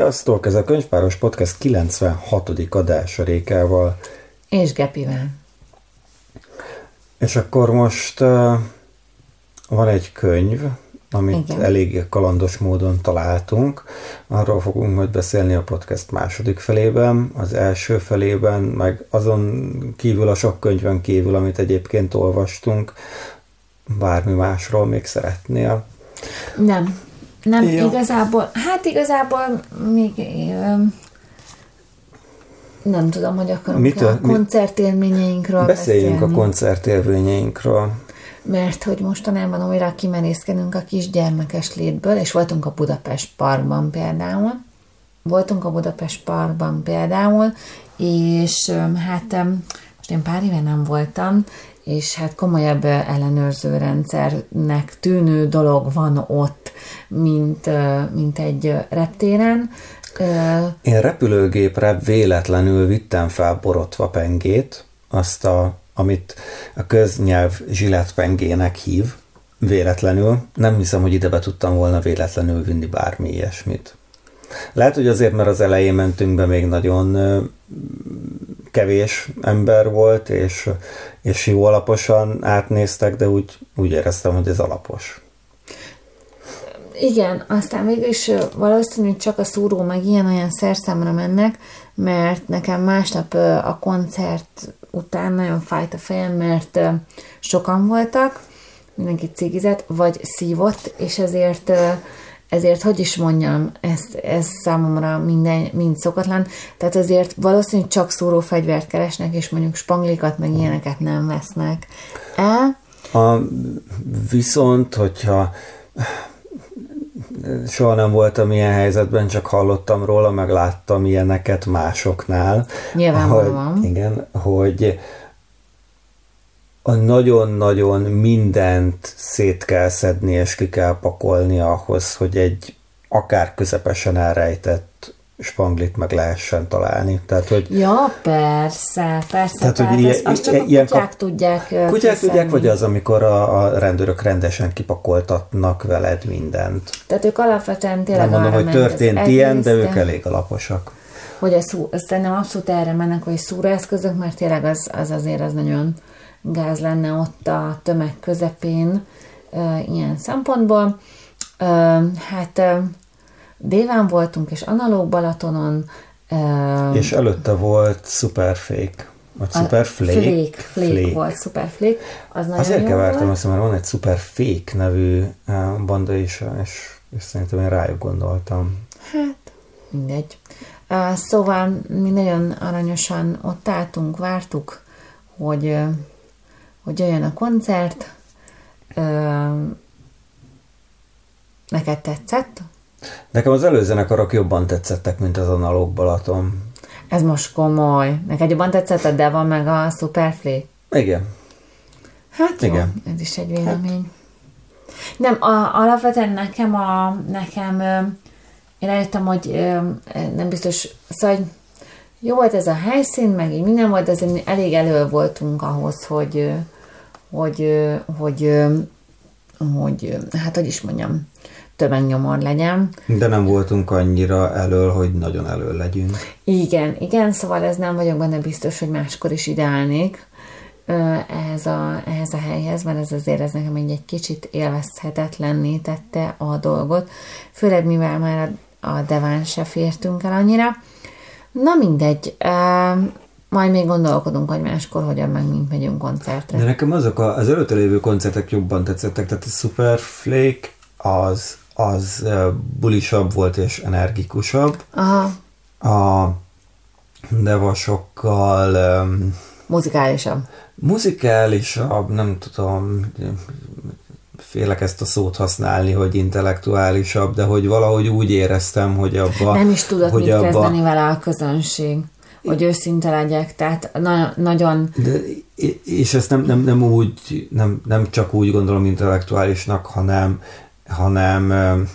Sziasztok! Ez a Könyvpáros Podcast 96. adása Rékával. És Gepivel. És akkor most van egy könyv, amit elég kalandos módon találtunk. Arról fogunk majd beszélni a podcast második felében, az első felében, meg azon kívül, a sok könyvön kívül, amit egyébként olvastunk. Bármi másról még szeretnél? Nem, igazából még nem tudom, hogy akarunk a koncertélményeinkről beszéljünk a koncertélményeinkről. Mert hogy mostanában újra kimerészkedünk a kisgyermekes létből, és voltunk a Budapest Parkban például. És hát most én pár éve nem voltam, és hát komolyabb ellenőrző rendszernek tűnő dolog van ott, mint egy reptéren. Én repülőgépre véletlenül vittem fel borotva pengét, amit a köznyelv zsilettpengének hív, véletlenül. Nem hiszem, hogy ide be tudtam volna véletlenül vinni bármi ilyesmit. Lehet, hogy azért, mert az elején mentünk be, még nagyon kevés ember volt, és jó alaposan átnéztek, de úgy éreztem, hogy ez alapos. Igen, aztán mégis valószínűleg csak a szúró meg ilyen-olyan szerszámra mennek, mert nekem másnap a koncert után nagyon fájt a fejem, mert sokan voltak, mindenki cigizett, vagy szívott, és ezért hogy is mondjam, ez számomra mind szokatlan, tehát azért valószínűleg csak szúrófegyvert keresnek, és mondjuk spanglikat, meg ilyeneket nem vesznek el. Viszont, hogyha soha nem voltam ilyen helyzetben, csak hallottam róla, meg láttam ilyeneket másoknál. Nyilvánvalóan. Igen, hogy nagyon-nagyon mindent szét kell szedni, és ki kell pakolni ahhoz, hogy egy akár közepesen elrejtett spanglit meg lehessen találni. Tehát, hogy ja, persze. Tehát hogy azt csak a kutyák tudják Kutyák tudják, vagy az, amikor a rendőrök rendesen kipakoltatnak veled mindent. Tehát ők alapvetően tényleg nem mondom, hogy történt ilyen, de ők elég alaposak. Hogy szerintem abszolút erre mennek, hogy szúróeszközök, mert tényleg az azért az nagyon gáz lenne ott a tömeg közepén ilyen szempontból. Hát Déván voltunk, és Analóg Balatonon. És előtte volt Superfake, vagy Superflake. Flake volt, Superflake. Az azért kevertem azt, mert van egy Superfake nevű banda is, és szerintem én rájuk gondoltam. Hát, mindegy. Szóval mi nagyon aranyosan ott álltunk, vártuk, hogy jöjjön a koncert. Neked tetszett? Nekem az előzenekarok jobban tetszettek, mint az Analóg Balaton. Ez most komoly. Neked jobban tetszett a Deva meg a Superflake? Igen. Hát jó, igen. Ez is egy vélemény. Hát. Nem, alapvetően nekem én rájöttem, hogy nem biztos, szóval jó volt ez a helyszín, meg így minden volt, de azért elég elő voltunk ahhoz, hogy hát hogy is mondjam, tömegnyomor legyen. De nem voltunk annyira elől, hogy nagyon elől legyünk. Igen, szóval ez nem vagyok benne biztos, hogy máskor is ideálnék ehhez a helyhez, mert ez azért ez nekem egy kicsit élvezhetetlenné tette a dolgot, főleg mivel már a Deván se fértünk el annyira. Na mindegy, majd még gondolkodunk, hogy máskor hogyan meg mint megyünk koncertre. De nekem azok az előtte lévő koncertek jobban tetszettek, tehát a Superflake az bulisabb volt és energikusabb. Aha. A Deva sokkal muzikálisabb, nem tudom, félek ezt a szót használni, hogy intellektuálisabb, de hogy valahogy úgy éreztem, hogy abban... Nem is tudott mit kezdeni vele a közönség, hogy őszinte legyek, tehát nagyon... De, és ezt nem csak úgy gondolom intellektuálisnak, hanem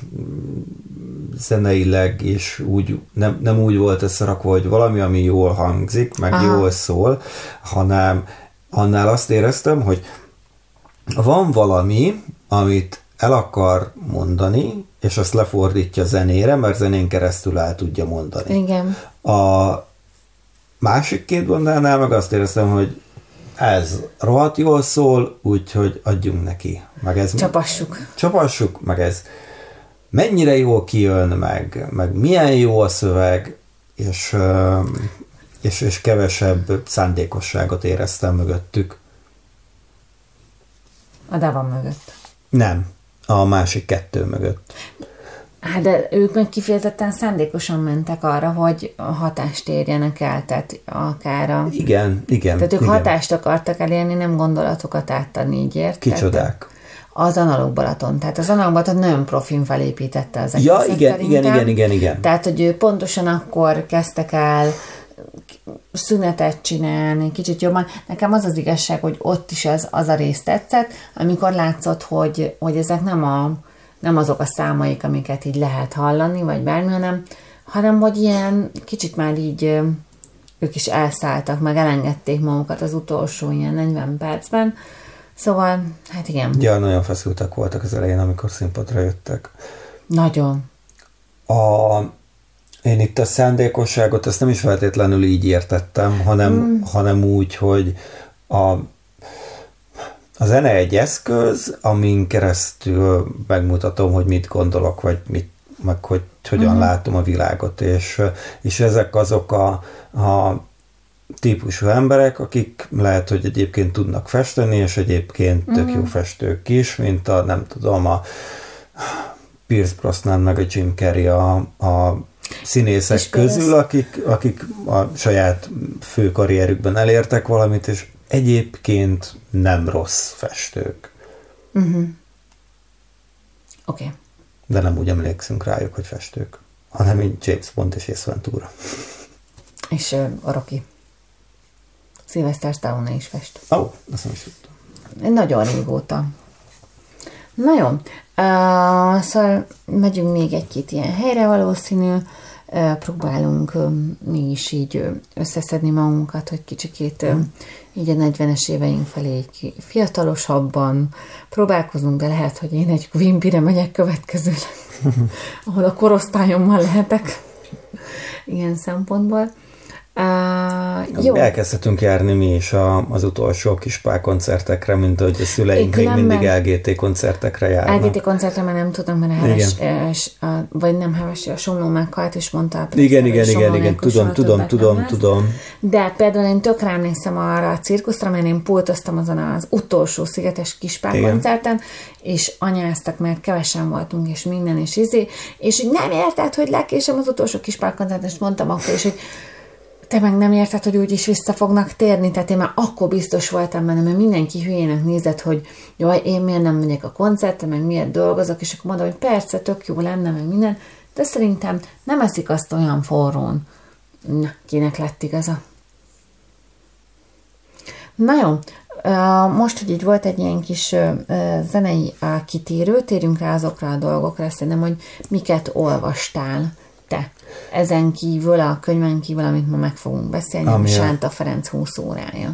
zeneileg is úgy, nem úgy volt összerakva, hogy valami, ami jól hangzik, meg jól szól, hanem annál azt éreztem, hogy van valami, amit el akar mondani, és azt lefordítja zenére, mert zenén keresztül el tudja mondani. Igen. A másik 2 bandánál meg azt éreztem, hogy ez rohadt jól szól, úgyhogy adjunk neki. Meg ez Csapassuk, meg ez mennyire jól kijön, meg milyen jó a szöveg, és kevesebb szándékosságot éreztem mögöttük. A Davan mögött. Nem, a másik 2 mögött. Hát de ők meg kifejezetten szándékosan mentek arra, hogy hatást érjenek el, tehát akár a... Igen. Tehát ők hatást akartak elérni, nem gondolatokat átadni, így érted? Kicsodák? Az Analóg Balaton. Tehát az Analóg Balaton nagyon profin felépítette az egészet. Ja, igen. Tehát, hogy ő pontosan akkor kezdtek el szünetet csinálni, kicsit jobban. Nekem az az igazság, hogy ott is az a rész tetszett, amikor látszott, hogy ezek nem azok a számaik, amiket így lehet hallani, vagy bármi, hanem hogy ilyen kicsit már így ők is elszálltak, meg elengedték magukat az utolsó ilyen 40 percben. Szóval, hát igen. Ja, nagyon feszültek voltak az elején, amikor színpadra jöttek. Nagyon. Én itt a szándékosságot ezt nem is feltétlenül így értettem, hanem úgy, hogy a zene egy eszköz, amin keresztül megmutatom, hogy mit gondolok, vagy meg hogy hogyan látom a világot, és ezek azok a típusú emberek, akik lehet, hogy egyébként tudnak festeni, és egyébként tök jó festők is, mint a Pierce Brosnan meg a Jim Carrey a színészek közül, akik a saját fő karrierükben elértek valamit, és egyébként nem rossz festők. Oké. De nem úgy emlékszünk rájuk, hogy festők, hanem mint James Bond és Ace Ventura. És a Rocky. Sylvester Stallone is fest. Azt nem is tudtam. Nagyon régóta. Na jó. Szóval megyünk még egy-két ilyen helyre valószínű. Próbálunk mi is így összeszedni magunkat, hogy kicsikét így a 40-es éveink felé fiatalosabban próbálkozunk, de lehet, hogy én egy Wimpyre megyek következőleg, ahol a korosztályommal lehetek ilyen szempontból. Jó. Elkezdhetünk járni mi is az utolsó kis pálkoncertekre, mint ahogy a szüleink még mindig LGT koncertekre járnak. LGT koncertre már nem tudom, mert a Heves, vagy nem Heves, a Somló meghalt, és mondta. Igen, tudom. De például én tökre emlékszem arra a cirkuszra, mert én pultoztam azon az utolsó szigetes kis pálkoncerten, és anyáztak, mert kevesen voltunk, és minden, és így nem érted, hogy lekésem az utolsó kis pálkoncerten, és mondtam akkor is, hogy te meg nem érted, hogy úgyis vissza fognak térni, tehát én már akkor biztos voltam benne, mert mindenki hülyének nézett, hogy jaj, én miért nem megyek a koncertre, meg miért dolgozok, és akkor mondom, hogy persze, tök jó lenne, meg minden, de szerintem nem eszik azt olyan forrón. Na, kinek lett igaza? Na jó, most, hogy így volt egy ilyen kis zenei kitérő, térjünk rá azokra a dolgokra, szerintem, hogy miket olvastál te. Ezen kívül, a könyven kívül, amit ma meg fogunk beszélni, Sánta Ferenc 20 órája.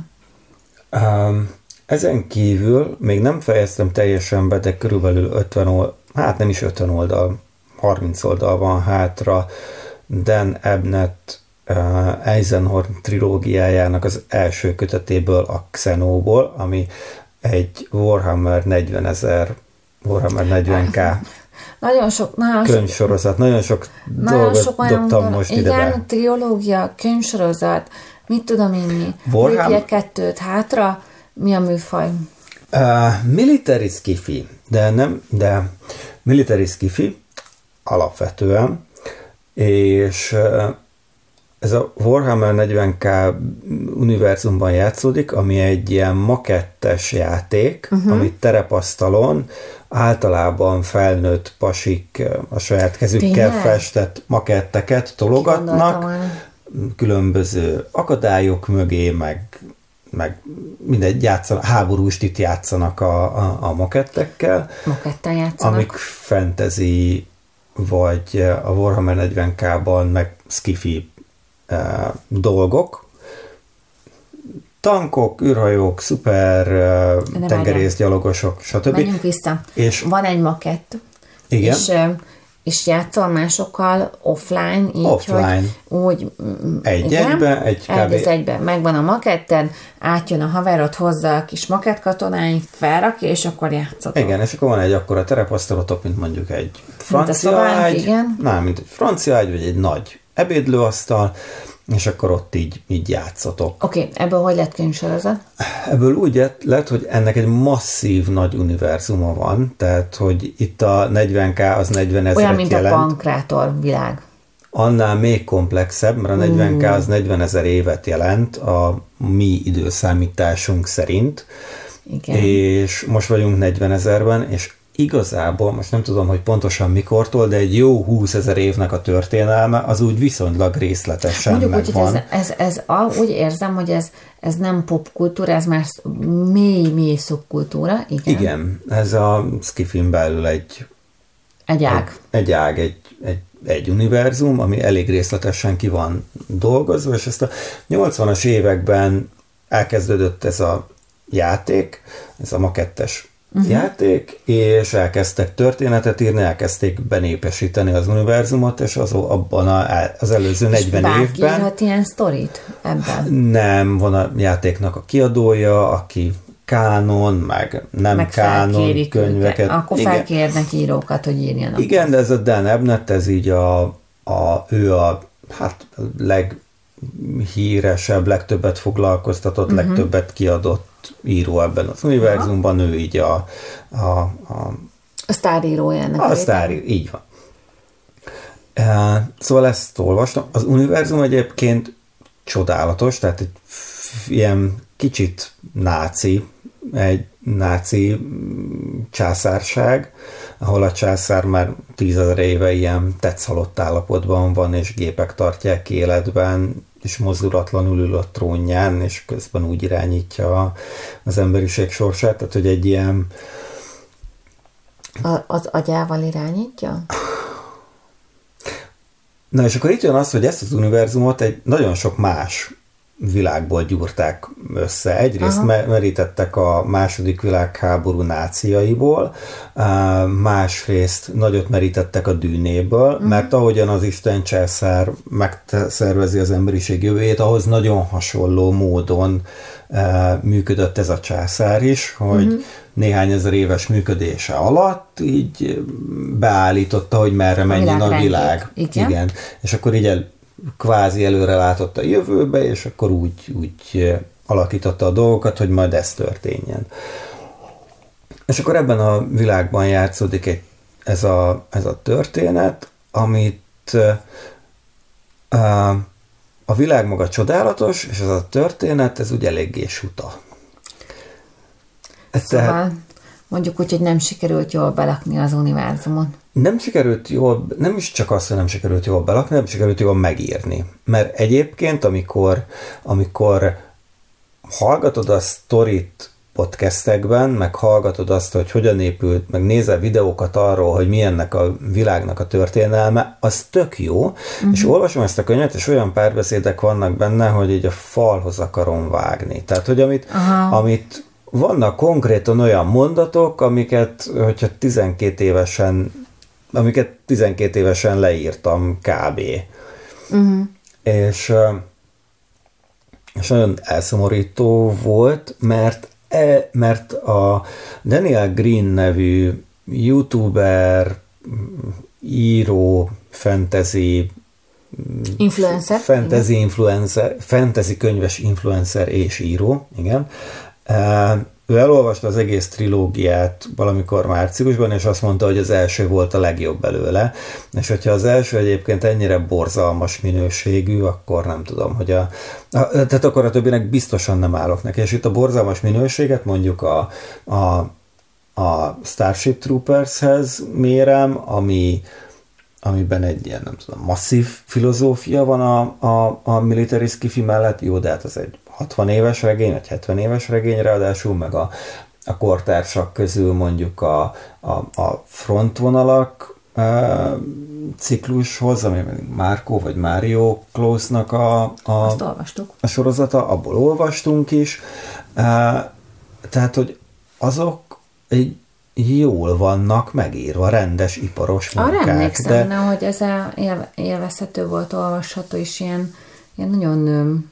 Ezen kívül még nem fejeztem teljesen be, de körülbelül 50 oldal, hát nem is 50 oldal, 30 oldal van hátra Dan Abnett Eisenhorn trilógiájának az első kötetéből, a Xenóból, ami egy Warhammer 40.000, Warhammer 40K könyvsorozat. Nagyon sok dolgot dobtam most ide. Igen, triológia, könyvsorozat, mit tudom én mi. Lépjek 2 hátra, mi a műfaj? Military sci-fi, de military sci-fi alapvetően, és ez a Warhammer 40K univerzumban játszódik, ami egy ilyen makettes játék, amit terepasztalon általában felnőtt pasik a saját kezükkel festett maketteket tologatnak, különböző akadályok mögé, meg mindegy, háborústit játszanak a makettekkel. Makettel játszanak. Amik fantasy, vagy a Warhammer 40K-ban meg sci-fi dolgok. Tankok, űrhajók, szuper tengerészgyalogosok, stb. Menjünk vissza. És van egy makett. Igen. És És játszol másokkal offline, így, offline. Hogy úgy... Egyben. Megvan a maketted, átjön a haverod hozzá a kis makettkatonáit, felrakja, és akkor játszod. Igen, és akkor van egy akkora terepasztalotok, mint mondjuk egy francia ágy. Mint egy francia ágy, vagy egy nagy ebédlőasztal, és akkor ott így játszotok. Oké, ebből hogy lett könyvsorozat? Ebből úgy lett, hogy ennek egy masszív nagy univerzuma van, tehát, hogy itt a 40K az 40 000 olyan, mint jelent. A Pankrátor világ. Annál még komplexebb, mert a 40K az 40 000 évet jelent a mi időszámításunk szerint. Igen. És most vagyunk 40 000-ben, és igazából, most nem tudom, hogy pontosan mikortól, de egy jó 20 000 évnek a történelme az úgy viszonylag részletesen mondjuk megvan. Úgy, úgy érzem, hogy ez nem popkultúra, ez már mély szubkultúra. Igen, ez a sci-fin belül egy ág, egy univerzum, ami elég részletesen ki van dolgozva, és ezt a 80-as években elkezdődött ez a játék, ez a makettes játék, és elkezdtek történetet írni, elkezdték benépesíteni az univerzumot, és abban az előző 40 évben... És bárki írhat ilyen sztorit ebben? Nem, van a játéknak a kiadója, aki kánon, meg nem kánon könyveket. Őket. Akkor felkérnek írókat, hogy írjanak. Igen, de ez a Dan Abnett, ez így ő a leghíresebb, legtöbbet foglalkoztatott, legtöbbet kiadott író ebben az univerzumban, ő így a sztárírója ennek. A sztáríró, így van. Szóval ezt olvastam. Az univerzum egyébként csodálatos, tehát egy ilyen kicsit egy náci császárság, ahol a császár már 10 000 éve ilyen tetszhalott állapotban van, és gépek tartják életben, és mozdulatlanul ül a trónján, és közben úgy irányítja az emberiség sorsát, tehát hogy egy ilyen... Az agyával irányítja? Na és akkor itt jön az, hogy ezt az univerzumot egy nagyon sok más világból gyúrták össze. Egyrészt merítettek a második világháború náciaiból, másrészt nagyot merítettek a Dűnéből, mert ahogyan az Isten császár megszervezi az emberiség jövőjét, ahhoz nagyon hasonló módon működött ez a császár is, hogy néhány ezer éves működése alatt így beállította, hogy merre menjen a világ. Igen. És akkor így kvázi előre látott a jövőbe, és akkor úgy alakította a dolgokat, hogy majd ez történjen. És akkor ebben a világban játszódik ez a történet, amit a világ maga csodálatos, és ez a történet, ez úgy eléggé suta. Szóval mondjuk úgy, hogy nem sikerült jól belakni az univerzumot. Nem sikerült jól, nem is csak azt, hogy nem sikerült jól belakni, nem sikerült jól megírni. Mert egyébként, amikor hallgatod a sztorit podcastekben, meg hallgatod azt, hogy hogyan épült, meg nézel videókat arról, hogy milyennek a világnak a történelme, az tök jó, és olvasom ezt a könyvet, és olyan párbeszédek vannak benne, hogy így a falhoz akarom vágni. Tehát, hogy amit vannak konkrétan olyan mondatok, amiket 12 évesen leírtam kb. És nagyon elszomorító volt, mert a Daniel Green nevű youtuber, író, fantasy könyves influencer és író, igen. Ő elolvasta az egész trilógiát valamikor márciusban, és azt mondta, hogy az első volt a legjobb belőle, és hogyha az első egyébként ennyire borzalmas minőségű, akkor nem tudom, hogy tehát akkor a többinek biztosan nem állok neki, és itt a borzalmas minőséget mondjuk a Starship Troopershez mérem, amiben egy ilyen, nem tudom, masszív filozófia van a military sci-fi mellett, jó, de hát az egy 60 éves regény, vagy 70 éves regény, ráadásul meg a kortársak közül mondjuk a frontvonalak ciklushoz, ami Marco vagy Mario Close-nak azt olvastuk. A sorozata, abból olvastunk is. Tehát, hogy azok jól vannak megírva, rendes, iparos munkák. Arra emlékszem, hogy ez élvezhető volt, olvasható, és ilyen nagyon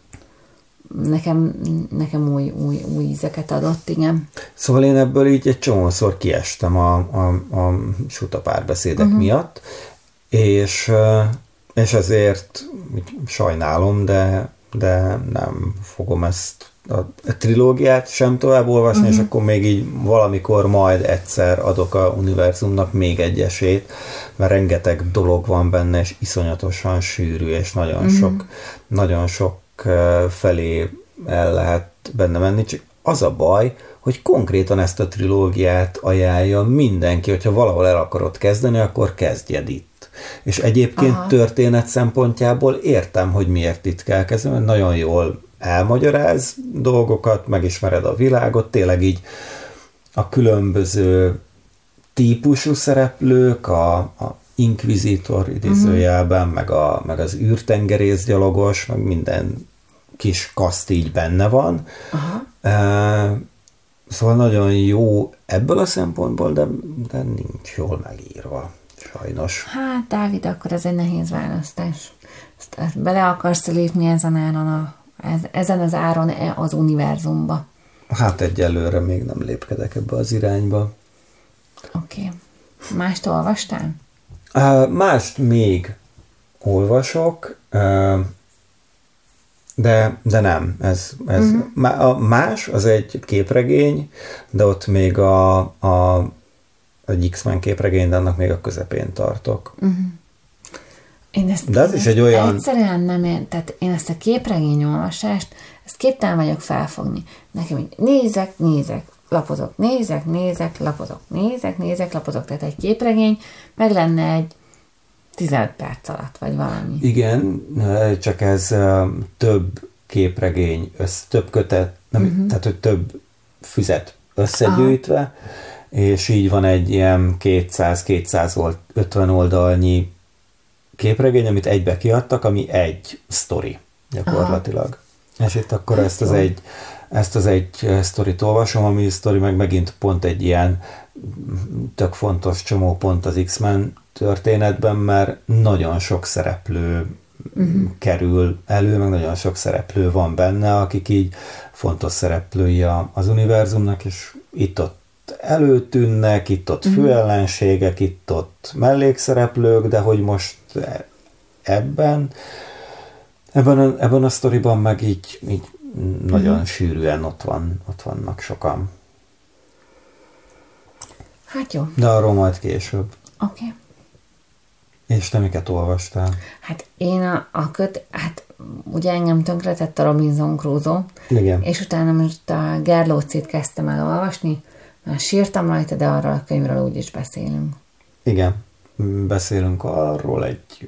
nekem új ízeket adott, igen. Szóval én ebből így egy csomószor kiestem a suta párbeszédek miatt, és ezért sajnálom, de nem fogom ezt a trilógiát sem tovább olvasni, és akkor még így valamikor majd egyszer adok a univerzumnak még egy esélyt, mert rengeteg dolog van benne, és iszonyatosan sűrű, és nagyon sok felé el lehet benne menni, csak az a baj, hogy konkrétan ezt a trilógiát ajánlja mindenki, hogyha valahol el akarod kezdeni, akkor kezdjed itt. És egyébként történet szempontjából értem, hogy miért itt kell kezdeni, mert nagyon jól elmagyaráz dolgokat, megismered a világot, tényleg így a különböző típusú szereplők, a inkvizitor idézőjelben, meg az űrtengerészgyalogos, meg minden kis kaszt így benne van. Szóval nagyon jó ebből a szempontból, de nincs jól megírva, sajnos. Hát, Dávid, akkor ez egy nehéz választás. Ezt bele akarsz lépni ezen az áron az univerzumba? Hát egyelőre még nem lépkedek ebbe az irányba. Oké. Mást olvastál? Mást még olvasok, de nem. A más az egy képregény, de ott még egy X-Men képregény, de annak még a közepén tartok. De az is egy olyan... Egyszerűen nem tehát én ezt a képregény olvasást, ezt képtelen vagyok felfogni. Nekem így nézek, lapozok, nézek, lapozok. Tehát egy képregény meg lenne egy 15 perc alatt, vagy valami. Igen, csak ez több képregény, több kötet, tehát hogy több füzet összegyűjtve, és így van egy ilyen 200-250 oldalnyi képregény, amit egybe kiadtak, ami egy sztori gyakorlatilag. És itt akkor ezt az egy sztorit olvasom, ami sztori meg megint pont egy ilyen tök fontos csomópont az X-Men történetben, mert nagyon sok szereplő kerül elő, meg nagyon sok szereplő van benne, akik így fontos szereplői az univerzumnak, és itt-ott előtűnnek, itt-ott főellenségek, itt-ott mellékszereplők, de hogy most ebben a sztoriban meg így nagyon sűrűen ott vannak sokan. Hát jó. De arról majd később. Oké. És te miket olvastál? Hát én hát ugye engem tönkretett a Robinson Crusoe. Igen. És utána most a Gerlócit kezdtem el olvasni, már sírtam rajta, de arról a könyvről úgyis beszélünk. Igen. Beszélünk arról egy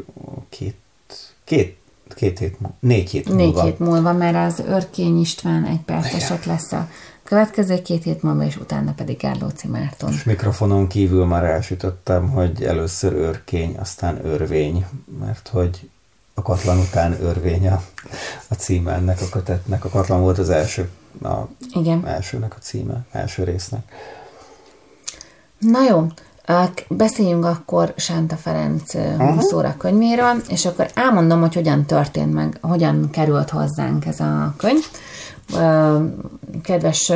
4 hét múlva. 4 hét múlva, mert az Örkény István egy percesek lesz a következő 2 hét múlva, és utána pedig Gerlóci Márton. És mikrofonon kívül már elsütöttem, hogy először Örkény, aztán Örvény, mert hogy a Katlan után Örvény a címe ennek a kötetnek. A Katlan volt az elsőnek a címe, első résznek. Na jó, beszéljünk akkor Sánta Ferenc 20 óra könyvéről, és akkor elmondom, hogy hogyan történt meg, hogyan került hozzánk ez a könyv. Kedves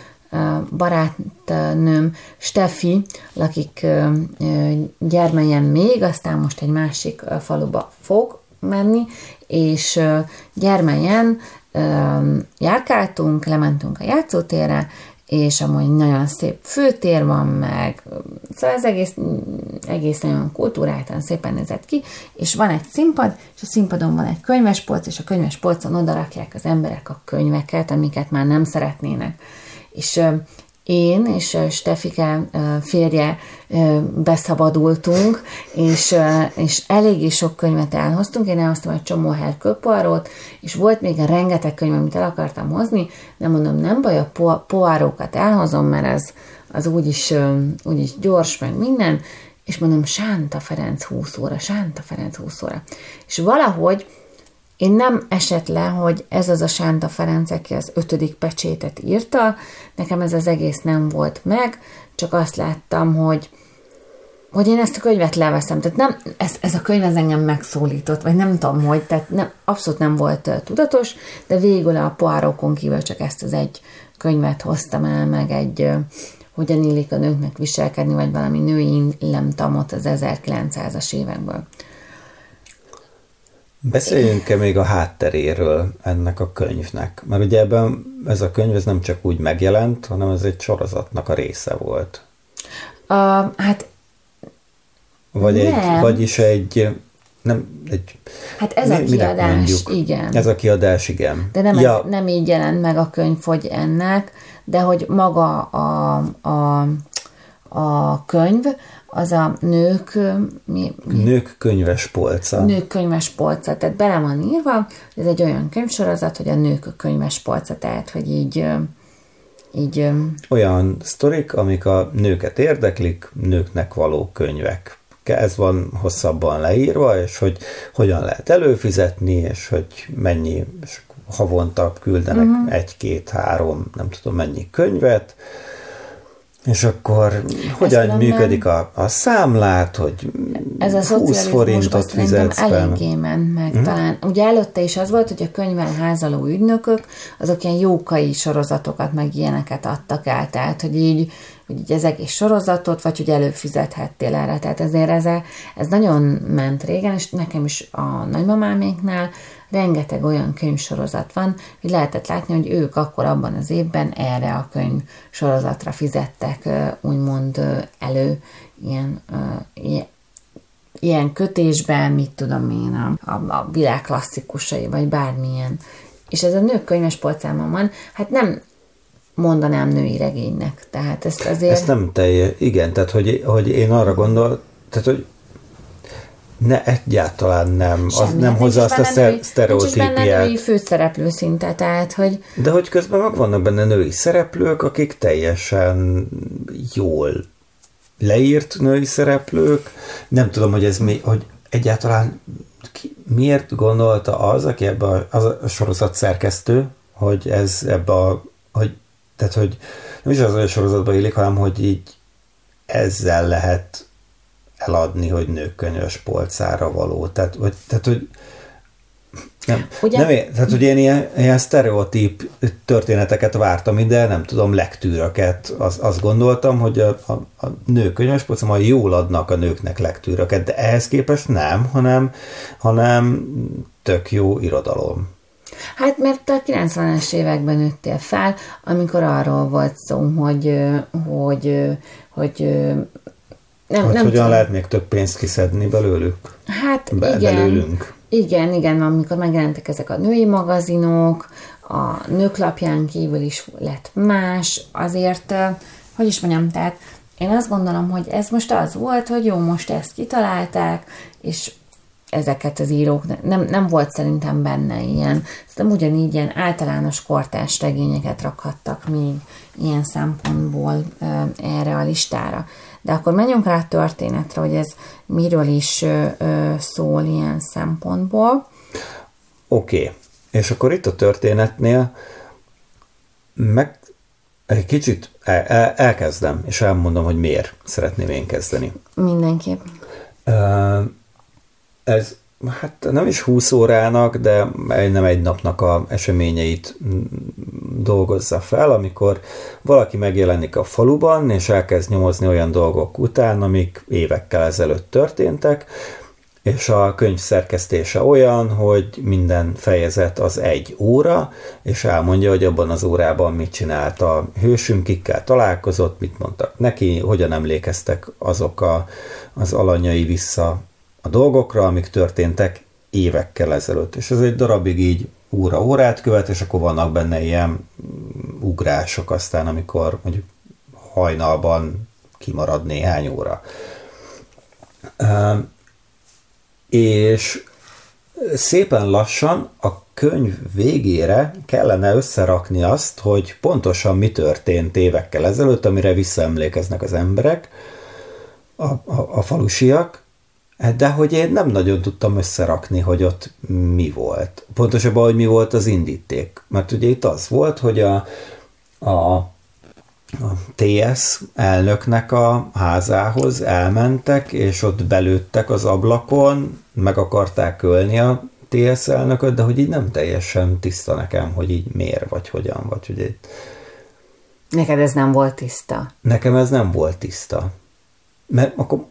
barátnőm Steffi lakik Gyermelyen még, aztán most egy másik faluba fog menni, és Gyermelyen járkáltunk, lementünk a játszótérre, és amúgy nagyon szép főtér van meg, szóval ez egész nagyon kultúráltan szépen nézett ki, és van egy színpad, és a színpadon van egy könyvespolc, és a könyvespolcon odarakják az emberek a könyveket, amiket már nem szeretnének. És én és Stefike férje beszabadultunk, és eléggé sok könyvet elhoztunk. Én elhoztam egy csomó Hercule Poirot, és volt még a rengeteg könyv, amit el akartam hozni, de mondom, nem baj, a Poirokat elhozom, mert az úgyis gyors, meg minden, és mondom, Sánta Ferenc 20 óra. És valahogy én nem esett le, hogy ez az a Sánta Ferenc, aki az 5. pecsétet írta, nekem ez az egész nem volt meg, csak azt láttam, hogy én ezt a könyvet leveszem. Tehát nem, ez a könyv az engem megszólított, vagy nem tudom, hogy, tehát nem, abszolút nem volt tudatos, de végül a Poirotokon kívül csak ezt az egy könyvet hoztam el, meg egy hogyan illik a nőknek viselkedni, vagy valami női lemtamot az 1900-as évekből. Beszéljünk-e még a hátteréről ennek a könyvnek? Mert ugye ebben ez a könyv ez nem csak úgy megjelent, hanem ez egy sorozatnak a része volt. Hát vagyis egy hát ez a kiadás, mondjuk? Igen. Ez a kiadás, igen. De nem, nem így jelent meg a könyv, hogy ennek, de hogy maga a könyv, az a nők könyves polca. Nők könyves polca, tehát bele van írva, ez egy olyan könyvsorozat, hogy a nők könyves polca, tehát, hogy így olyan sztorik, amik a nőket érdeklik, nőknek való könyvek. Ez van hosszabban leírva, és hogy hogyan lehet előfizetni, és hogy mennyi, és havonta küldenek 1, 2, 3, nem tudom mennyi könyvet, és akkor hogyan működik a számlát, hogy ez a 20 forintot fizetsz. Eléggé ment meg talán. Ugye előtte is az volt, hogy a könyvvel házaló ügynökök, azok ilyen jókai sorozatokat, meg ilyeneket adtak el, tehát, hogy így az egész sorozatot, vagy hogy előfizethettél erre. Tehát ezért ez nagyon ment régen, és nekem is a nagymamáméknál rengeteg olyan könyvsorozat van, hogy lehetett látni, hogy ők akkor abban az évben erre a könyvsorozatra fizettek úgymond elő ilyen kötésben, mit tudom én, a világ klasszikusai, vagy bármilyen. És ez a nők könyves polcában van, hát nem mondanám női regénynek, tehát ezt azért... Ezt nem teljes, igen, tehát hogy én arra gondol, tehát hogy ne, egyáltalán nem, az nem hozza azt a sztereotípiát. Nincs is benne női főszereplő szinte, tehát hogy... De hogy közben meg vannak benne női szereplők, akik teljesen jól leírt női szereplők. Nem tudom, hogy ez hogy egyáltalán miért gondolta az, aki ebbe a sorozat szerkesztő, hogy ez ebbe tehát, hogy nem is az olyan sorozatban illik, hanem, hogy így ezzel lehet eladni, hogy nők könyves polcára való. Tehát, hogy hogy én ilyen sztereotíp történeteket vártam ide, nem tudom, lektűröket. Azt gondoltam, hogy a nők könyves polca majd jól adnak a nőknek lektűröket, de ehhez képest nem, hanem tök jó irodalom. Hát mert a 90-es években nőttél fel, amikor arról volt szó, hogy hogyan lehet még több pénzt kiszedni belőlük? Hát igen. Igen, amikor megjelentek ezek a női magazinok, a Nőklapján kívül is lett más, azért, hogy is mondjam, tehát én azt gondolom, hogy ez most az volt, hogy jó, most ezt kitalálták, és ezeket az írók, nem volt szerintem benne ilyen. Szerintem ugyanígy ilyen általános kortárs regényeket rakhattak még ilyen szempontból erre a listára. De akkor menjünk rá a történetre, hogy ez miről is szól ilyen szempontból. Oké. És akkor itt a történetnél egy kicsit elkezdem, és elmondom, hogy miért szeretném én kezdeni. Mindenképp. Ez hát nem is 20 órának, de nem egy napnak a eseményeit dolgozza fel, amikor valaki megjelenik a faluban, és elkezd nyomozni olyan dolgok után, amik évekkel ezelőtt történtek, és a könyv szerkesztése olyan, hogy minden fejezet az 1 óra, és elmondja, hogy abban az órában mit csinált a hősünk, kikkel találkozott, mit mondtak neki, hogyan emlékeztek azok az alanyai vissza a dolgokra, amik történtek évekkel ezelőtt. És ez egy darabig így órát követ, és akkor vannak benne ilyen ugrások aztán, amikor mondjuk hajnalban kimarad néhány óra. És szépen lassan a könyv végére kellene összerakni azt, hogy pontosan mi történt évekkel ezelőtt, amire visszaemlékeznek az emberek, a falusiak, De hogy én nem nagyon tudtam összerakni, hogy ott mi volt. Pontosabban, hogy mi volt az indíték. Mert ugye itt az volt, hogy a TS elnöknek a házához elmentek, és ott belőttek az ablakon, meg akarták ölni a TS elnököt, de hogy így nem teljesen tiszta nekem, hogy így miért, vagy hogyan, vagy hogy így... Neked ez nem volt tiszta? Nekem ez nem volt tiszta. Mert akkor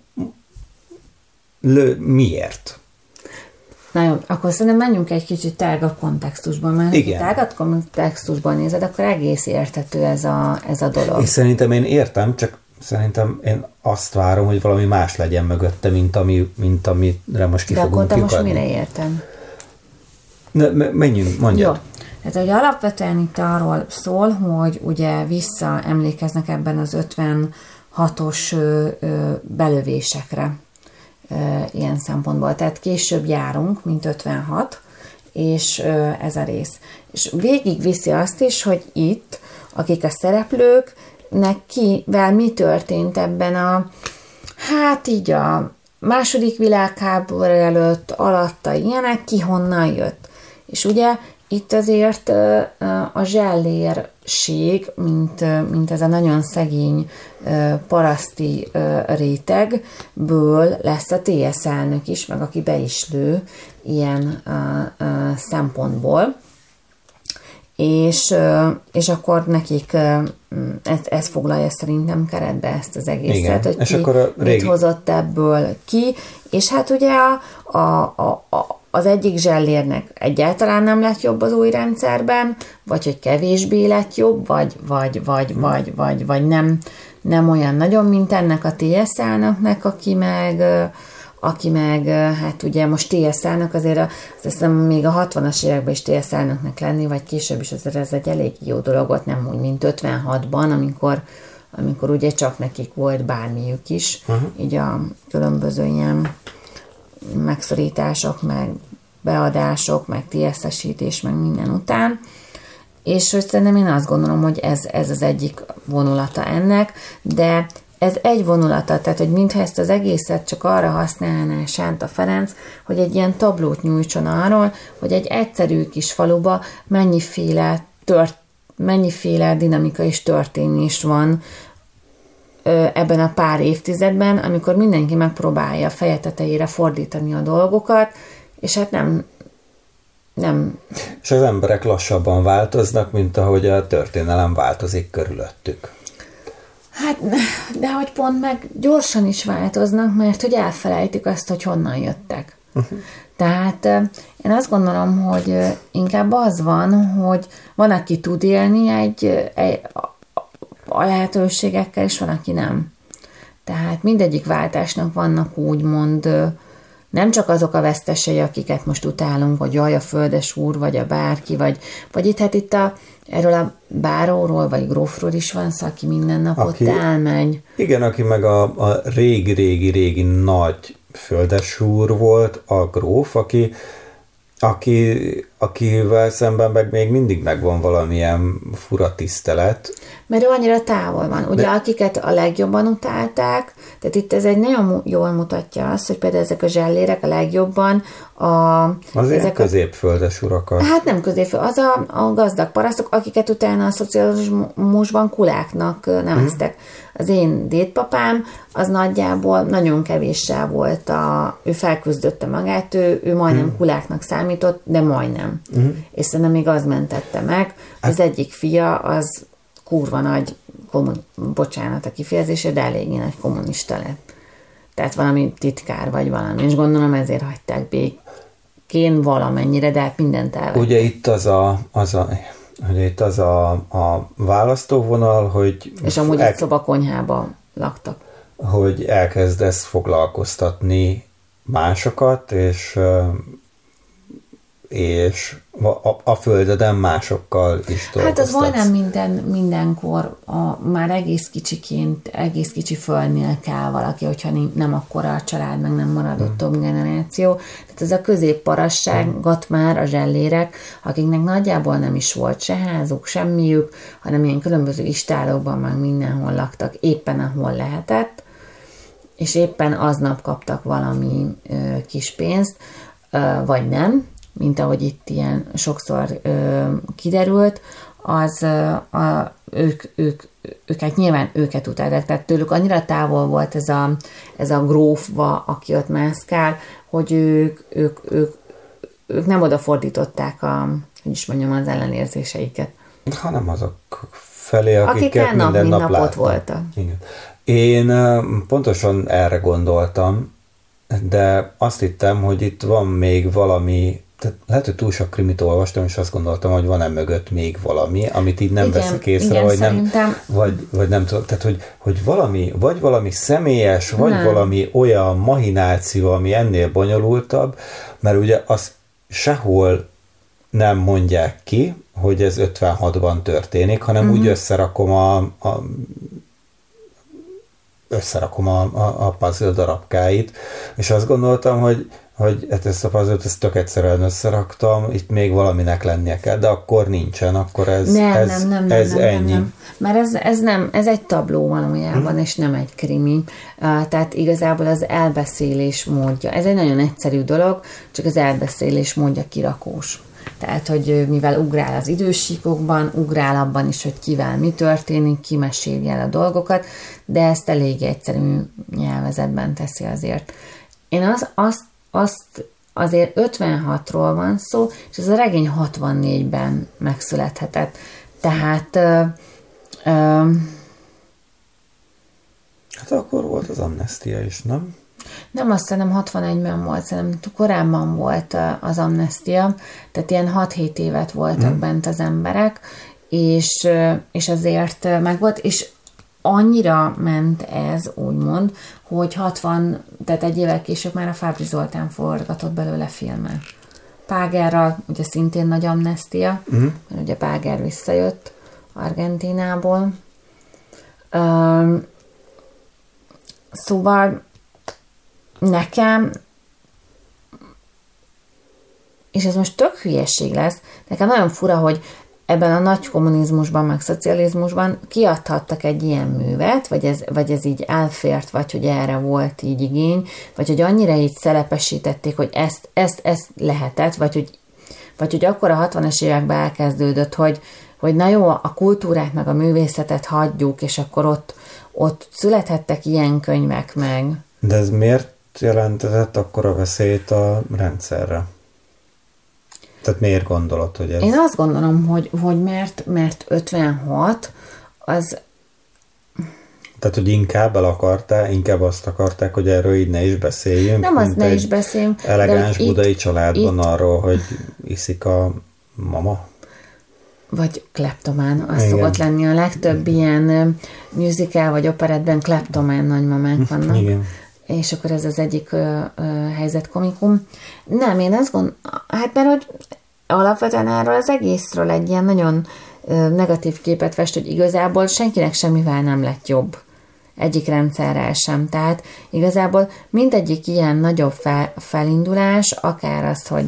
miért? Na jó, akkor szerintem menjünk egy kicsit tágabb kontextusban, mert ha tágabb kontextusban nézed, akkor egész érthető ez a dolog. És szerintem én értem, csak szerintem én azt várom, hogy valami más legyen mögötte, mint amire most ki fogunk lyukadni. De akkor te most mire értem? Menjünk, mondjad. Jó. Tehát, hogy alapvetően itt arról szól, hogy ugye visszaemlékeznek ebben az 56-os belövésekre ilyen szempontból. Tehát később járunk, mint 56, és ez a rész. És végigviszi azt is, hogy itt, akik a szereplőknek kivel mi történt ebben hát így a második világháború előtt, alatta ilyenek, ki honnan jött. És ugye itt azért a zsellérség, mint ez a nagyon szegény paraszti rétegből lesz a TS elnök is, meg aki be is lő ilyen szempontból. És akkor nekik ez foglalja szerintem keretbe ezt az egészet, igen. Hogy és ki akkor mit hozott ebből ki. És hát ugye az egyik zsellérnek egyáltalán nem lett jobb az új rendszerben, vagy hogy kevésbé lett jobb, vagy nem olyan nagyon, mint ennek a TS elnöknek, aki meg, hát ugye most TS elnök azért, azt hiszem még a 60-as években is TS elnöknek lenni, vagy később is azért ez egy elég jó dolog volt, nem úgy, mint 56-ban, amikor ugye csak nekik volt bármiük is, így a különböző ilyen megszorítások, meg beadások, meg TS-esítés, meg minden után. És hogy szerintem én azt gondolom, hogy ez az egyik vonulata ennek, de ez egy vonulata, tehát hogy mintha ezt az egészet csak arra használná Sánta Ferenc, hogy egy ilyen tablót nyújtson arról, hogy egy egyszerű kis faluba mennyiféle dinamika és történés van ebben a pár évtizedben, amikor mindenki megpróbálja feje tetejére fordítani a dolgokat, és hát nem. És az emberek lassabban változnak, mint ahogy a történelem változik körülöttük. Hát, de hogy pont meg gyorsan is változnak, mert hogy elfelejtik azt, hogy honnan jöttek. Tehát én azt gondolom, hogy inkább az van, hogy van, aki tud élni a lehetőségekkel, és van, aki nem. Tehát mindegyik váltásnak vannak úgymond nem csak azok a vesztesei, akiket most utálunk, hogy jaj, a földes úr, vagy a bárki, vagy itt erről a báróról, vagy grófról is van szó, aki minden napot elmegy. Igen, aki meg a régi nagy földes úr volt, a gróf, akivel szemben meg még mindig megvan valamilyen fura tisztelet. Mert ő annyira távol van. Ugye akiket a legjobban utálták, tehát itt ez egy nagyon jól mutatja azt, hogy például ezek a zsellérek a legjobban azért középföldes urakat. Hát nem középföldes, az a gazdag parasztok, akiket utána a szocializmusban kuláknak neveztek. Az én dédpapám, az nagyjából nagyon kevéssel volt, ő felküzdötte magát, ő majdnem kuláknak számított, de majdnem. És szerintem még az mentette meg. Az egyik fia, az kurva nagy, bocsánat a kifejezésre, de eléggé nagy kommunista lett. Tehát valami titkár, vagy valami. És gondolom ezért hagyták békén valamennyire, de hát mindent elvett. Ugye itt az a választóvonal, hogy... És amúgy egy szobakonyhában laktak. Hogy elkezdesz foglalkoztatni másokat, és a földeden másokkal is dolgoztatsz. Hát az majdnem mindenkor már egész kicsi földnél kell valaki, hogyha nem akkora a család, meg nem maradott több generáció. Tehát ez a középparasságot már a zsellérek, akiknek nagyjából nem is volt se házuk, semmiük, hanem ilyen különböző istálokban már mindenhol laktak, éppen ahol lehetett. és éppen aznap kaptak valami kis pénzt, vagy nem, mint ahogy itt ilyen sokszor kiderült, ők hát nyilván őket utálták, tehát tőlük annyira távol volt ez a grófva, aki ott mászkál, hogy ők nem odafordították az ellenérzéseiket. Hanem azok felé, akik minden nap ott voltak. Igen. Én pontosan erre gondoltam, de azt hittem, hogy itt van még valami, tehát lehet, hogy túl sok krimit olvastam, és azt gondoltam, hogy van-e mögött még valami, amit így nem veszek észre, vagy szerintem. nem, vagy nem tudom, tehát hogy valami személyes, vagy nem. Valami olyan mahináció, ami ennél bonyolultabb, mert ugye azt sehol nem mondják ki, hogy ez 56-ban történik, hanem úgy összerakom a puzzle darabkáit, és azt gondoltam, hogy ezt a puzzle-t ezt tök egyszerűen összeraktam, itt még valaminek lennie kell, de akkor nincsen, akkor ez ennyi. Nem. Mert ez egy tabló valójában, és nem egy krimi. Tehát igazából az elbeszélés módja. Ez egy nagyon egyszerű dolog, csak az elbeszélés módja kirakós. Tehát, hogy mivel ugrál az idősíkokban, ugrál abban is, hogy kivel mi történik, ki meséli el a dolgokat, de ezt elég egyszerű nyelvezetben teszi azért. Én azt azért 56-ról van szó, és ez a regény 64-ben megszülethetett. Tehát hát akkor volt az amnestia is, nem? Nem, azt hiszem 61-ben volt, szerintem korábban volt az amnestia, tehát ilyen 6-7 évet voltak bent az emberek, és azért megvolt, és annyira ment ez, úgymond, hogy 60, tehát egy évvel később már a Fábry Zoltán forgatott belőle filmet. Págerral, ugye szintén nagy amnestia, mert ugye Páger visszajött Argentínából. Szóval nekem, és ez most tök hülyeség lesz, nekem nagyon fura, hogy ebben a nagy kommunizmusban, meg szocializmusban kiadhattak egy ilyen művet, vagy ez így elfért, vagy hogy erre volt így igény, vagy hogy annyira így szelepesítették, hogy ezt lehetett, vagy hogy akkor a 60-as években elkezdődött, hogy na jó, a kultúrát meg a művészetet hagyjuk, és akkor ott születhettek ilyen könyvek meg. De ez miért jelentetett akkora veszélyt a rendszerre? Tehát miért gondolod, hogy ez... Én azt gondolom, hogy mert 56 az... Tehát, hogy inkább azt akarták, hogy erről így ne is beszéljünk. Nem azt ne is beszéljünk. Elegáns budai családban arról, hogy iszik a mama. Vagy kleptomán. Az szokott lenni a legtöbb ilyen musical vagy operettben kleptomán nagymamák vannak. Igen. És akkor ez az egyik helyzetkomikum. Nem, én azt gondolom, hát mert hogy alapvetően erről az egészről egy ilyen nagyon negatív képet fest, hogy igazából senkinek semmivel nem lett jobb. Egyik rendszerrel sem. Tehát igazából mindegyik ilyen nagyobb felindulás, akár az, hogy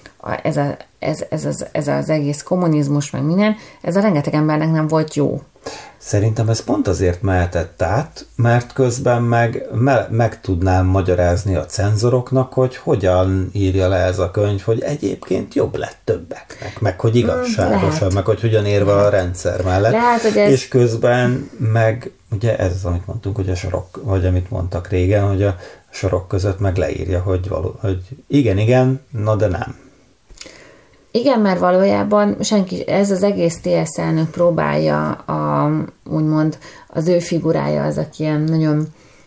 ez az egész kommunizmus, meg minden, ez a rengeteg embernek nem volt jó. Szerintem ez pont azért mehetett át, mert közben meg tudnám magyarázni a cenzoroknak, hogy hogyan írja le ez a könyv, hogy egyébként jobb lett többeknek, meg hogy igazságosabb, meg hogy hogyan érve a rendszer mellett. És közben meg, ugye ez az, amit mondtunk, hogy a sorok, vagy amit mondtak régen, hogy a sorok között meg leírja, hogy igen, na de nem. Igen, mert valójában ez az egész TSZ elnök próbálja úgymond az ő figurája az, aki ilyen nagyon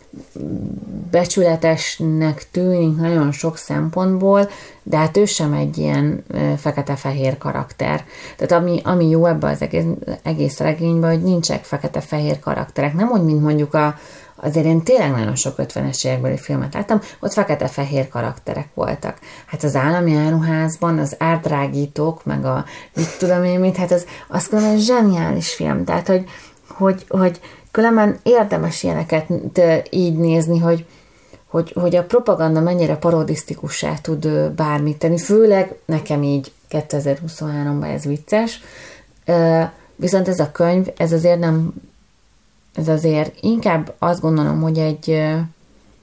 becsületesnek tűnik nagyon sok szempontból, de hát ő sem egy ilyen fekete-fehér karakter. Tehát ami jó ebben az egész regényben, hogy nincsenek fekete-fehér karakterek. Nem úgy, mint mondjuk azért én tényleg nagyon sok 50-es évekbeli filmet láttam, ott fekete-fehér karakterek voltak. Hát az állami áruházban az árdrágítók, meg a mit tudom én mit, hát azt gondolom, hogy zseniális film. Tehát, hogy különben érdemes ilyeneket így nézni, hogy a propaganda mennyire parodisztikussá tud bármit tenni. Főleg nekem így 2023-ban ez vicces. Viszont ez a könyv, ez azért inkább azt gondolom, hogy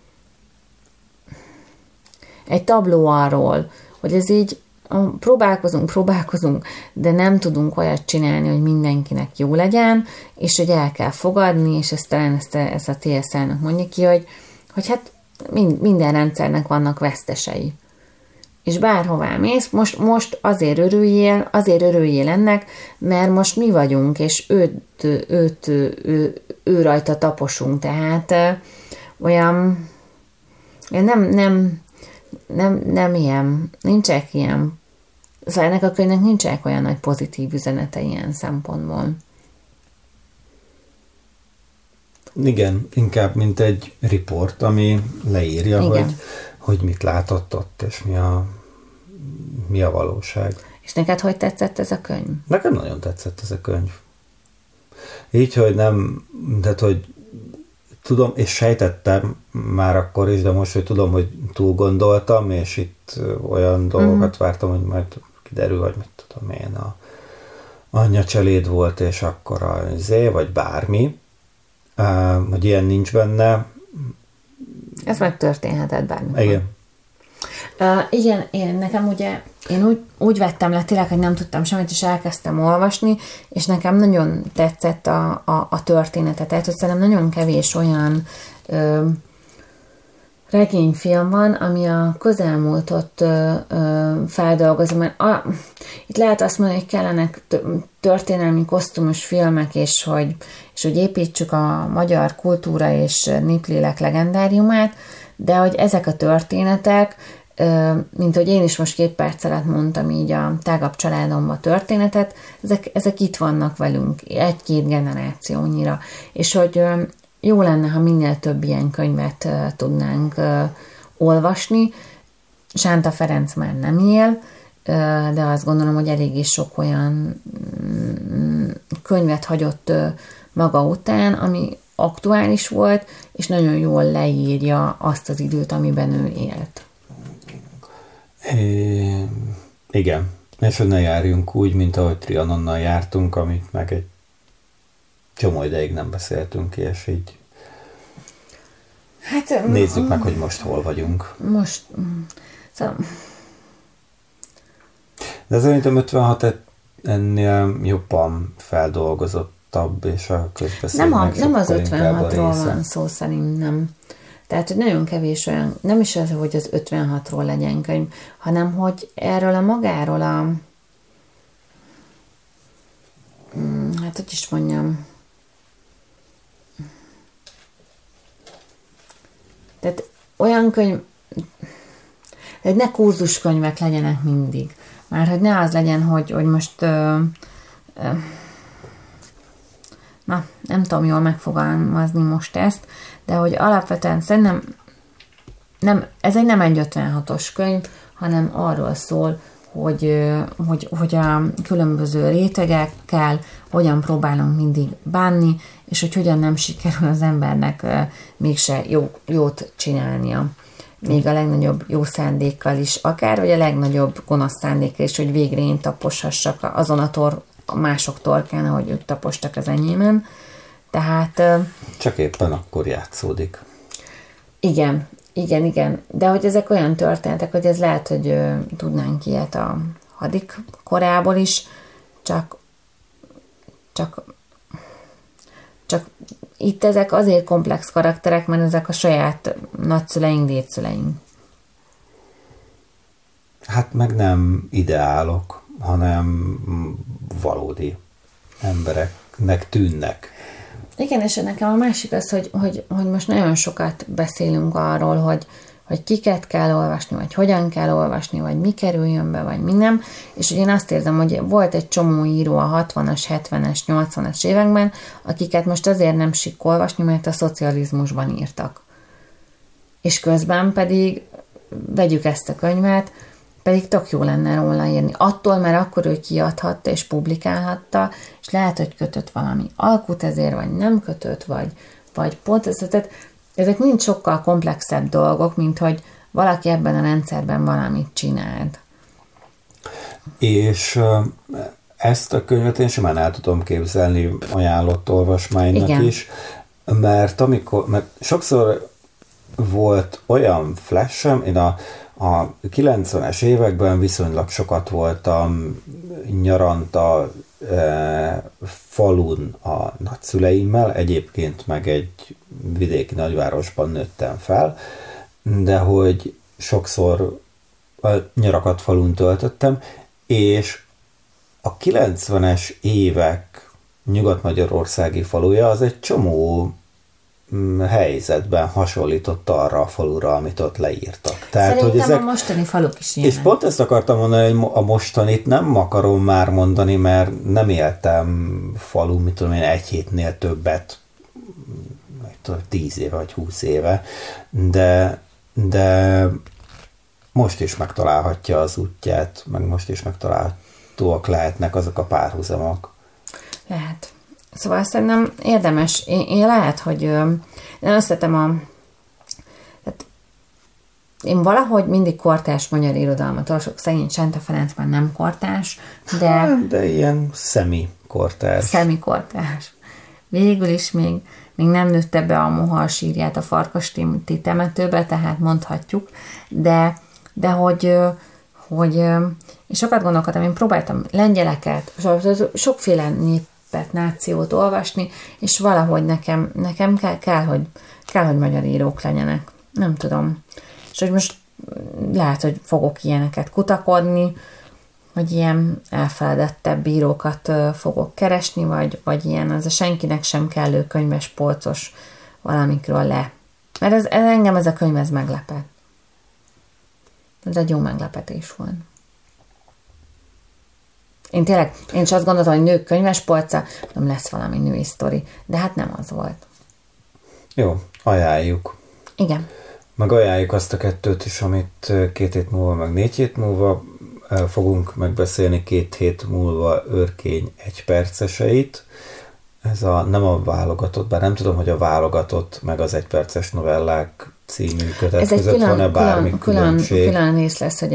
egy tabló arról, hogy ez így próbálkozunk, de nem tudunk olyat csinálni, hogy mindenkinek jó legyen, és hogy el kell fogadni, és ezt talán ezt a TSL-nak mondja ki, hogy hát minden rendszernek vannak vesztesei. És bárhová mész, most azért örüljél ennek, mert most mi vagyunk, és ő rajta taposunk, tehát olyan nem ilyen, nincsenek ilyen, szóval ennek a könyvnek nincsenek olyan nagy pozitív üzenete ilyen szempontból. Igen, inkább mint egy riport, ami leírja, hogy mit látott ott, és mi a valóság. És neked hogy tetszett ez a könyv? Nekem nagyon tetszett ez a könyv. Így, hogy nem, de hogy tudom, és sejtettem már akkor is, de most, hogy tudom, hogy túl gondoltam, és itt olyan dolgokat vártam, hogy majd kiderül, hogy mit tudom én, a anyja cseléd volt, és akkor a vagy bármi, hogy ilyen nincs benne. Ez megtörténhetett bármikor. Igen. Igen, nekem ugye, én úgy vettem le tényleg, hogy nem tudtam semmit, és elkezdtem olvasni, és nekem nagyon tetszett a története. Tehát, hogy szerintem nagyon kevés olyan regényfilm van, ami a közelmúltot feldolgozza, mert itt lehet azt mondani, hogy kellenek történelmi kosztümös filmek, és hogy építsük a magyar kultúra és néplélek legendáriumát, de hogy ezek a történetek, mint hogy én is most 2 perc alatt mondtam így a tágabb családomban történetet, ezek itt vannak velünk 1-2 generációnyira, és hogy jó lenne, ha minél több ilyen könyvet tudnánk olvasni. Sánta Ferenc már nem él, de azt gondolom, hogy eléggé sok olyan könyvet hagyott maga után, ami aktuális volt, és nagyon jól leírja azt az időt, amiben ő élt. Igen. És hogy ne járjunk úgy, mint ahogy Trianonnal jártunk, amit meg egy csomó ideig nem beszéltünk, és így nézzük meg, hogy most hol vagyunk. Szóval... De szerintem 56 ennél jobban feldolgozottabb, és a közbeszédnek nem az 56-ról van szó, szerintem. Tehát, hogy nagyon kevés olyan, nem is az, hogy az 56-ról legyen könyv, hanem, hogy erről a magáról hát, hogy is mondjam, tehát olyan könyv, hogy ne kurzuskönyvek legyenek mindig. Már hogy ne az legyen, hogy most na, nem tudom jól megfogalmazni most ezt, de hogy alapvetően szerintem ez nem egy 56-os könyv, hanem arról szól, hogy a különböző rétegekkel hogyan próbálunk mindig bánni, és hogy hogyan nem sikerül az embernek mégse jót csinálnia. Még a legnagyobb jó szándékkal is akár, vagy a legnagyobb gonosz szándékkal is, hogy végre én taposhassak azon a mások torkán, ahogy ők tapostak az enyémen. Tehát... Csak éppen akkor játszódik. Igen. De hogy ezek olyan történetek, hogy ez lehet, hogy tudnánk ilyet a hadik korából is, csak itt ezek azért komplex karakterek, mert ezek a saját nagyszüleink, dédszüleink. Hát meg nem ideálok, hanem valódi embereknek tűnnek. Igen, és nekem a másik az, hogy most nagyon sokat beszélünk arról, hogy kiket kell olvasni, vagy hogyan kell olvasni, vagy mi kerüljön be, vagy mi nem, és hogy én azt érzem, hogy volt egy csomó író a 60-as, 70-es, 80-as években, akiket most azért nem sikk olvasni, mert a szocializmusban írtak. És közben pedig vegyük ezt a könyvet, pedig tök jó lenne róla írni. Attól, mert akkor ő kiadhatta és publikálhatta, és lehet, hogy kötött valami alkut ezért, vagy nem kötött, vagy pont tehát ezek mind sokkal komplexebb dolgok, mint hogy valaki ebben a rendszerben valamit csinált. És ezt a könyvet én simán el tudom képzelni ajánlott olvasmánynak. Igen. Is, mert sokszor volt olyan flashem, én A 90-es években viszonylag sokat voltam nyaranta falun a nagyszüleimmel, egyébként meg egy vidéki nagyvárosban nőttem fel, de hogy sokszor a nyarakat falun töltöttem, és a 90-es évek nyugat-magyarországi faluja az egy csomó helyzetben hasonlított arra a falura, amit ott leírtak. Tehát, szerintem hogy ezek, a mostani faluk is ilyen. És pont ezt akartam mondani, hogy a mostanit nem akarom már mondani, mert nem éltem falu, mit tudom én, egy hétnél többet, 10 éve vagy 20 éve, de most is megtalálhatja az útját, meg most is megtalálhatóak lehetnek azok a párhuzamok. Lehet. Szóval szerintem érdemes. Én lehet, hogy én összetem tehát én valahogy mindig kortárs magyar irodalmat olvasok, szegény Sánta Ferenc már nem kortárs, de ilyen szemi-kortárs. Szemi-kortárs. Végül is még nem nőtte be a mohar sírját a Farkastémti temetőbe, tehát mondhatjuk, de hogy én sokat gondolkodtam, én próbáltam lengyeleket, sokféle népet, nációt olvasni, és valahogy nekem kell, hogy magyar írók legyenek. Nem tudom. És hogy most lehet, hogy fogok ilyeneket kutakodni, hogy ilyen elfeledettebb írókat fogok keresni, vagy ilyen az a senkinek sem kellő könyves polcos valamikről le. Mert engem ez a könyv ez meglepett. Ez egy jó meglepetés volt. Én is azt gondoltam, hogy nők könyves polca, nem lesz valami női sztori, de hát nem az volt. Jó, ajánljuk. Igen. Meg ajánljuk azt a kettőt is, amit 2 hét múlva, meg 4 hét múlva fogunk megbeszélni, 2 hét múlva Örkény 1 perceseit. Ez nem a válogatott, bár nem tudom, hogy a válogatott meg az 1 perces novellák című kötet között van-e bármi különbség. Külön rész lesz, hogy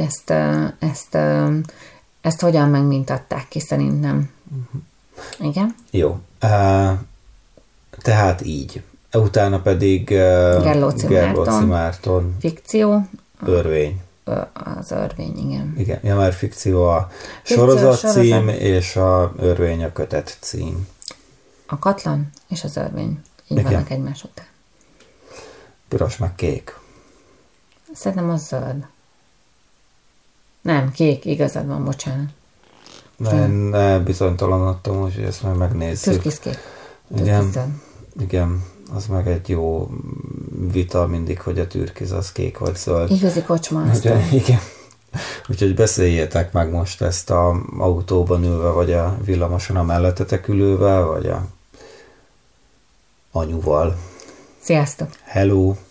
ezt hogyan megmintatták ki, szerintem. Igen? Jó. Tehát így. Utána pedig Gerlóci Márton. Fikció. Örvény. Az Örvény, igen. Igen, ja, már fikció a sorozat cím, és a Örvény a kötet cím. A Katlan és az Örvény. Így igen. vannak egymás után. Piros meg kék. Szerintem az zöld. Nem, kék, igazad van, bocsánat. Ne bizonytalanodtam, úgyhogy ezt majd megnézzük. Türkisz kék. Igen, az meg egy jó vita mindig, hogy a türkiz az kék vagy zöld. Igazi kocsma. Igen. Úgyhogy beszéljétek meg most ezt a autóban ülve, vagy a villamoson a mellettetek ülővel, vagy a anyuval. Sziasztok! Hello!